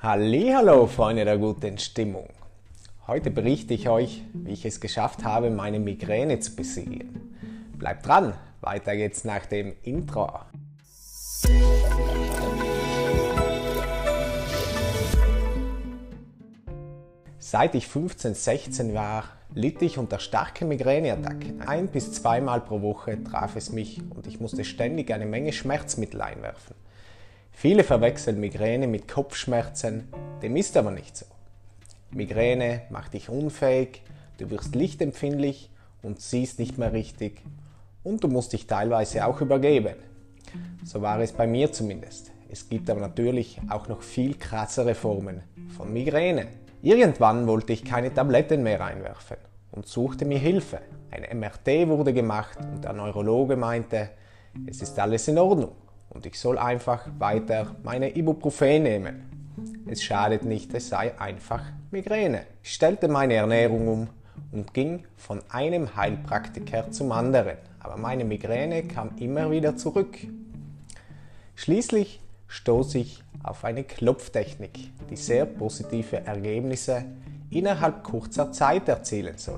Hallihallo Freunde der guten Stimmung. Heute berichte ich euch, wie ich es geschafft habe, meine Migräne zu besiegen. Bleibt dran, weiter geht's nach dem Intro. Seit ich 15, 16 war, litt ich unter starken Migräneattacken. 1- bis 2 Mal pro Woche traf es mich und ich musste ständig eine Menge Schmerzmittel einwerfen. Viele verwechseln Migräne mit Kopfschmerzen, dem ist aber nicht so. Migräne macht dich unfähig, du wirst lichtempfindlich und siehst nicht mehr richtig und du musst dich teilweise auch übergeben. So war es bei mir zumindest. Es gibt aber natürlich auch noch viel krassere Formen von Migräne. Irgendwann wollte ich keine Tabletten mehr einwerfen und suchte mir Hilfe. Ein MRT wurde gemacht und der Neurologe meinte, es ist alles in Ordnung. Und ich soll einfach weiter meine Ibuprofen nehmen. Es schadet nicht, es sei einfach Migräne. Ich stellte meine Ernährung um und ging von einem Heilpraktiker zum anderen. Aber meine Migräne kam immer wieder zurück. Schließlich stoß ich auf eine Klopftechnik, die sehr positive Ergebnisse innerhalb kurzer Zeit erzielen soll.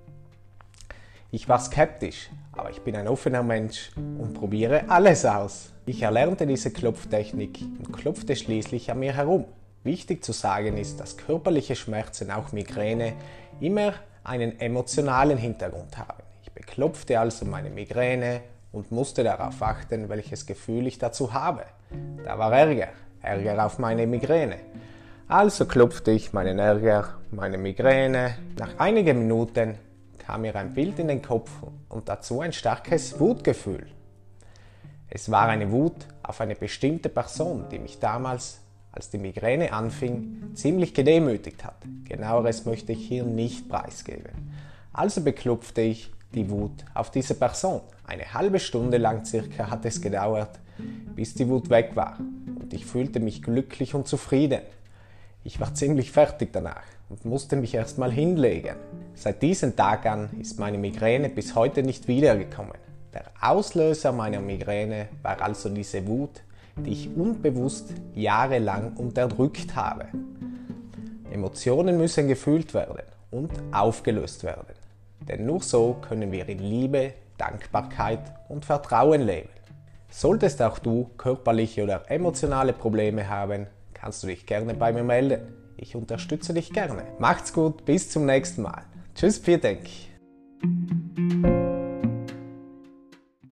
Ich war skeptisch, aber ich bin ein offener Mensch und probiere alles aus. Ich erlernte diese Klopftechnik und klopfte schließlich an mir herum. Wichtig zu sagen ist, dass körperliche Schmerzen, auch Migräne, immer einen emotionalen Hintergrund haben. Ich beklopfte also meine Migräne und musste darauf achten, welches Gefühl ich dazu habe. Da war Ärger auf meine Migräne. Also klopfte ich meinen Ärger, meine Migräne. Nach einigen Minuten kam mir ein Bild in den Kopf und dazu ein starkes Wutgefühl. Es war eine Wut auf eine bestimmte Person, die mich damals, als die Migräne anfing, ziemlich gedemütigt hat. Genaueres möchte ich hier nicht preisgeben. Also beklopfte ich die Wut auf diese Person. Eine halbe Stunde lang circa hat es gedauert, bis die Wut weg war und ich fühlte mich glücklich und zufrieden. Ich war ziemlich fertig danach und musste mich erstmal hinlegen. Seit diesem Tag an ist meine Migräne bis heute nicht wiedergekommen. Der Auslöser meiner Migräne war also diese Wut, die ich unbewusst jahrelang unterdrückt habe. Emotionen müssen gefühlt werden und aufgelöst werden. Denn nur so können wir in Liebe, Dankbarkeit und Vertrauen leben. Solltest auch du körperliche oder emotionale Probleme haben, kannst du dich gerne bei mir melden. Ich unterstütze dich gerne. Macht's gut, bis zum nächsten Mal. Tschüss, vielen Dank.